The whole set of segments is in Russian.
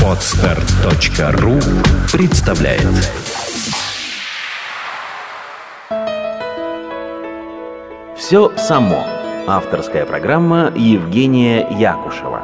Podster.ru представляет. Все само. Авторская программа Евгения Якушева.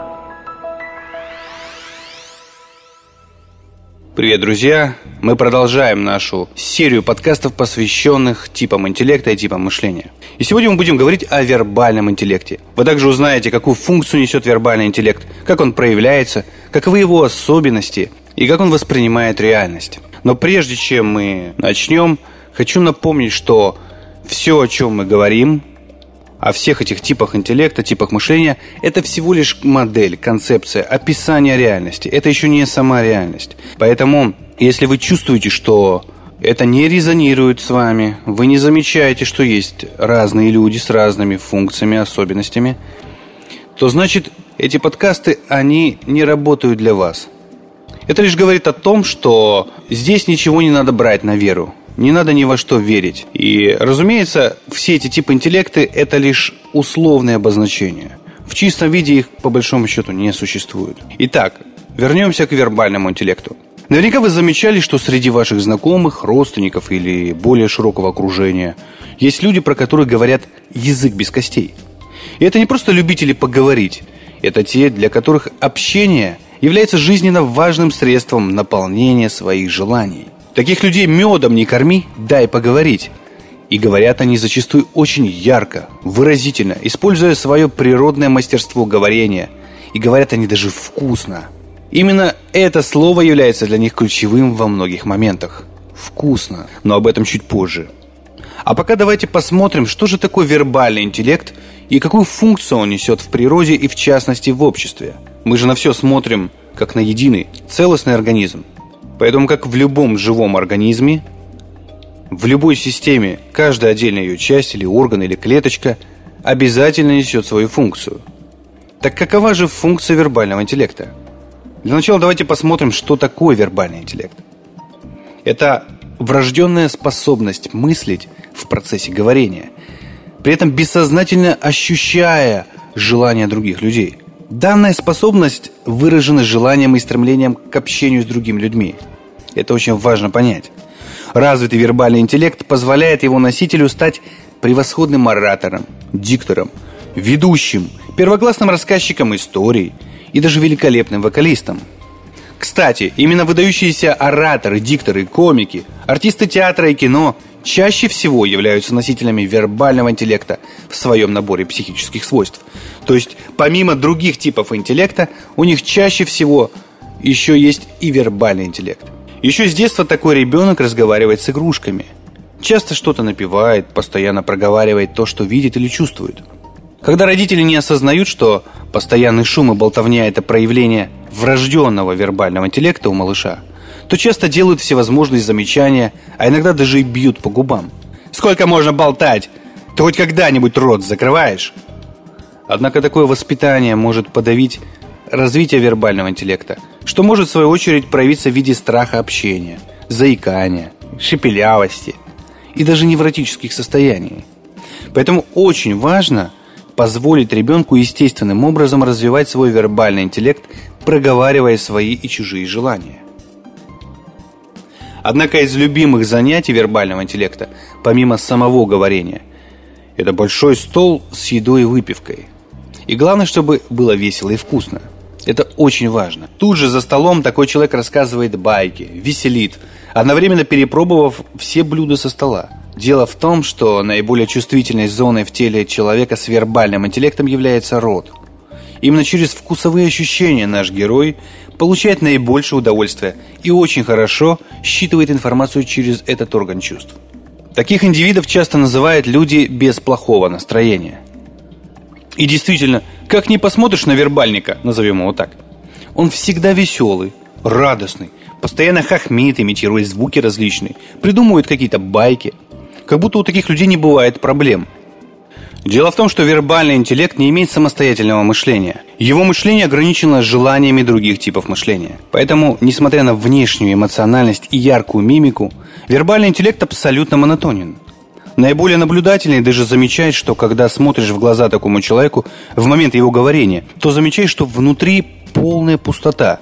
Привет, друзья! Мы продолжаем нашу серию подкастов, посвященных типам интеллекта и типам мышления. И сегодня мы будем говорить о вербальном интеллекте. Вы также узнаете, какую функцию несет вербальный интеллект, как он проявляется, каковы его особенности и как он воспринимает реальность. Но прежде чем мы начнем, хочу напомнить, что все, о чем мы говорим, о всех этих типах интеллекта, типах мышления, это всего лишь модель, концепция, описание реальности. Это еще не сама реальность. Поэтому, если вы чувствуете, что это не резонирует с вами, вы не замечаете, что есть разные люди с разными функциями, особенностями, то значит, эти подкасты, они не работают для вас. Это лишь говорит о том, что здесь ничего не надо брать на веру. Не надо ни во что верить. И, разумеется, все эти типы интеллекта – это лишь условные обозначения. В чистом виде их, по большому счету, не существует. Итак, вернемся к вербальному интеллекту. Наверняка вы замечали, что среди ваших знакомых, родственников или более широкого окружения есть люди, про которых говорят «язык без костей». И это не просто любители поговорить. Это те, для которых общение является жизненно важным средством наполнения своих желаний. Таких людей медом не корми, дай поговорить. И говорят они зачастую очень ярко, выразительно, используя свое природное мастерство говорения. И говорят они даже вкусно. Именно это слово является для них ключевым во многих моментах. Вкусно. Но об этом чуть позже. А пока давайте посмотрим, что же такое вербальный интеллект и какую функцию он несет в природе и в частности в обществе. Мы же на все смотрим как на единый, целостный организм. Поэтому, как в любом живом организме, в любой системе, каждая отдельная ее часть или орган, или клеточка обязательно несет свою функцию. Так какова же функция вербального интеллекта? Для начала давайте посмотрим, что такое вербальный интеллект. Это врожденная способность мыслить в процессе говорения, при этом бессознательно ощущая желания других людей. Данная способность выражена желанием и стремлением к общению с другими людьми. Это очень важно понять. Развитый вербальный интеллект позволяет его носителю стать превосходным оратором, диктором, ведущим, первоклассным рассказчиком историй и даже великолепным вокалистом. Кстати, именно выдающиеся ораторы, дикторы, комики, артисты театра и кино чаще всего являются носителями вербального интеллекта в своем наборе психических свойств. То есть, помимо других типов интеллекта, у них чаще всего еще есть и вербальный интеллект. Еще с детства такой ребенок разговаривает с игрушками. Часто что-то напевает, постоянно проговаривает то, что видит или чувствует. Когда родители не осознают, что постоянный шум и болтовня – это проявление врожденного вербального интеллекта у малыша, то часто делают всевозможные замечания, а иногда даже и бьют по губам. «Сколько можно болтать? Ты хоть когда-нибудь рот закрываешь?» Однако такое воспитание может подавить развитие вербального интеллекта, что может в свою очередь проявиться в виде страха общения, заикания, шепелявости и даже невротических состояний. Поэтому очень важно позволить ребенку естественным образом развивать свой вербальный интеллект, проговаривая свои и чужие желания. Однако из любимых занятий вербального интеллекта, помимо самого говорения, это большой стол с едой и выпивкой. И главное, чтобы было весело и вкусно. Это очень важно. Тут же за столом такой человек рассказывает байки, веселит, одновременно перепробовав все блюда со стола. Дело в том, что наиболее чувствительной зоной в теле человека с вербальным интеллектом является рот. Именно через вкусовые ощущения наш герой получает наибольшее удовольствие и очень хорошо считывает информацию через этот орган чувств. Таких индивидов часто называют люди без плохого настроения. И действительно, как ни посмотришь на вербальника, назовем его так, он всегда веселый, радостный, постоянно хохмит, имитирует звуки различные, придумывает какие-то байки. Как будто у таких людей не бывает проблем. Дело в том, что вербальный интеллект не имеет самостоятельного мышления. Его мышление ограничено желаниями других типов мышления. Поэтому, несмотря на внешнюю эмоциональность и яркую мимику, вербальный интеллект абсолютно монотонен. Наиболее наблюдательный даже замечает, что когда смотришь в глаза такому человеку в момент его говорения, то замечаешь, что внутри полная пустота.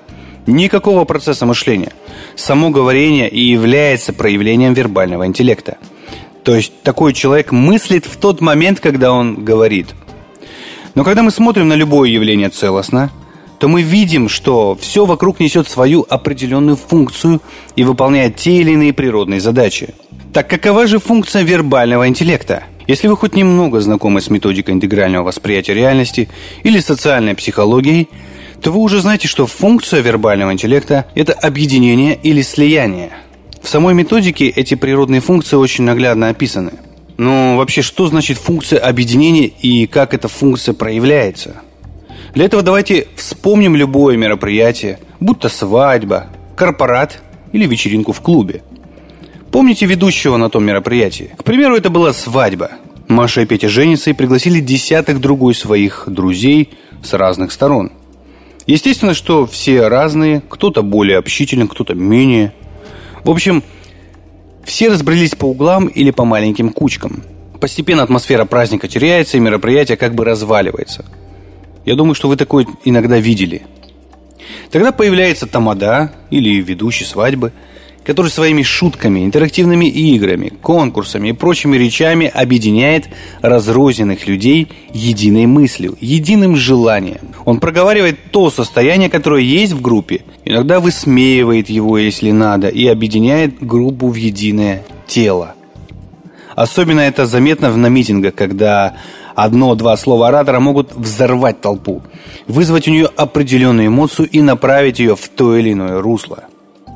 Никакого процесса мышления. Само говорение и является проявлением вербального интеллекта. То есть такой человек мыслит в тот момент, когда он говорит. Но когда мы смотрим на любое явление целостно, то мы видим, что все вокруг несет свою определенную функцию и выполняет те или иные природные задачи. Так какова же функция вербального интеллекта? Если вы хоть немного знакомы с методикой интегрального восприятия реальности или социальной психологией, то вы уже знаете, что функция вербального интеллекта – это объединение или слияние. В самой методике эти природные функции очень наглядно описаны. Но вообще, что значит функция объединения и как эта функция проявляется? Для этого давайте вспомним любое мероприятие, будь то свадьба, корпорат или вечеринку в клубе. Помните ведущего на том мероприятии? К примеру, это была свадьба. Маша и Петя женятся и пригласили десяток другой своих друзей с разных сторон. Естественно, что все разные, кто-то более общителен, кто-то менее. В общем, все разбрелись по углам или по маленьким кучкам. Постепенно атмосфера праздника теряется, и мероприятие как бы разваливается. Я думаю, что вы такое иногда видели. Тогда появляется тамада или ведущий свадьбы, который своими шутками, интерактивными играми, конкурсами и прочими речами объединяет разрозненных людей единой мыслью, единым желанием. Он проговаривает то состояние, которое есть в группе, иногда высмеивает его, если надо, и объединяет группу в единое тело. Особенно это заметно на митингах, когда одно-два слова оратора могут взорвать толпу, вызвать у нее определенную эмоцию и направить ее в то или иное русло.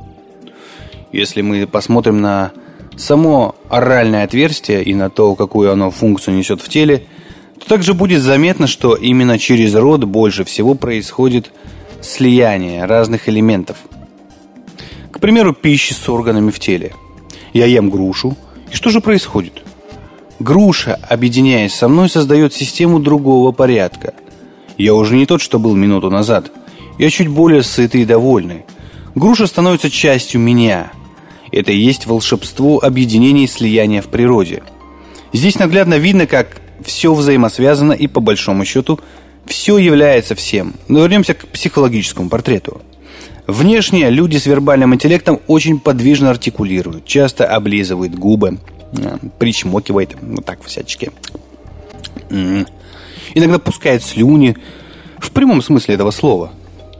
Если мы посмотрим на само оральное отверстие и на то, какую оно функцию несет в теле, то также будет заметно, что именно через рот больше всего происходит слияние разных элементов. К примеру, пищи с органами в теле. Я ем грушу, и что же происходит? Груша, объединяясь со мной, создает систему другого порядка. Я уже не тот, что был минуту назад. Я чуть более сытый и довольный. Груша становится частью меня. Это и есть волшебство объединения и слияния в природе. Здесь наглядно видно, как все взаимосвязано и, по большому счету, все является всем. Но вернемся к психологическому портрету. Внешне люди с вербальным интеллектом очень подвижно артикулируют, часто облизывают губы, причмокивают, вот так всячески. Иногда пускают слюни, в прямом смысле этого слова.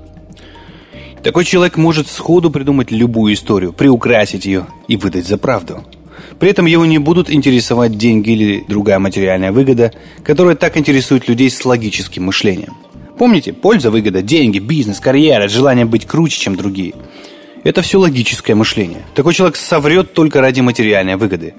Такой человек может сходу придумать любую историю, приукрасить ее и выдать за правду. При этом его не будут интересовать деньги или другая материальная выгода, которая так интересует людей с логическим мышлением. Помните, польза, выгода, деньги, бизнес, карьера, желание быть круче, чем другие. Это все логическое мышление. Такой человек соврет только ради материальной выгоды.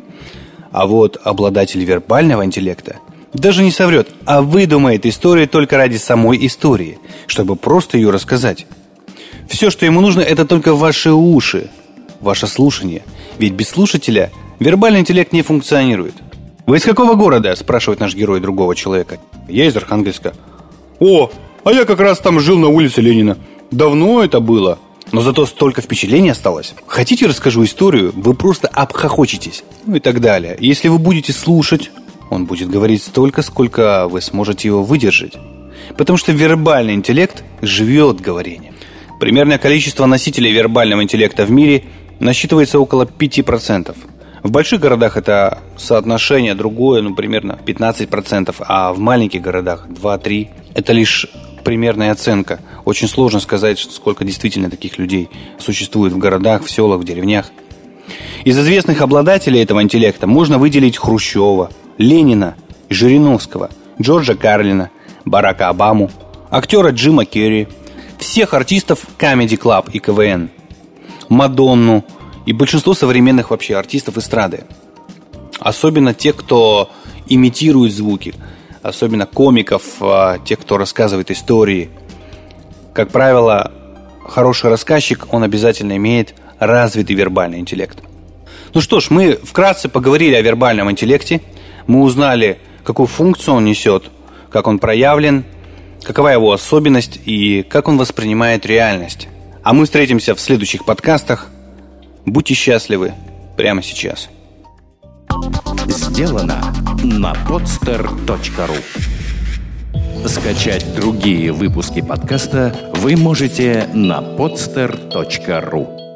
А вот обладатель вербального интеллекта даже не соврет, а выдумает историю только ради самой истории, чтобы просто ее рассказать. Все, что ему нужно, это только ваши уши, ваше слушание. Ведь без слушателя вербальный интеллект не функционирует. «Вы из какого города?» – спрашивает наш герой другого человека. «Я из Архангельска». «О, а я как раз там жил на улице Ленина. Давно это было. Но зато столько впечатлений осталось. Хотите, расскажу историю? Вы просто обхохочетесь». Ну и так далее. Если вы будете слушать, он будет говорить столько, сколько вы сможете его выдержать. Потому что вербальный интеллект живет говорением. Примерное количество носителей вербального интеллекта в мире насчитывается около 5%. В больших городах это соотношение другое, примерно 15%, а в маленьких городах 2-3%. Это лишь примерная оценка. Очень сложно сказать, сколько действительно таких людей существует в городах, в селах, в деревнях. Из известных обладателей этого интеллекта можно выделить Хрущева, Ленина, Жириновского, Джорджа Карлина, Барака Обаму, актера Джима Керри, всех артистов Comedy Club и КВН, Мадонну и большинство современных вообще артистов эстрады. Особенно тех, кто имитирует звуки, особенно комиков, тех, кто рассказывает истории. Как правило, хороший рассказчик, он обязательно имеет развитый вербальный интеллект. Ну что ж, мы вкратце поговорили о вербальном интеллекте. Мы узнали, какую функцию он несет, как он проявлен, какова его особенность и как он воспринимает реальность. А мы встретимся в следующих подкастах. Будьте счастливы прямо сейчас. Сделано на podster.ru. Скачать другие выпуски подкаста вы можете на podster.ru.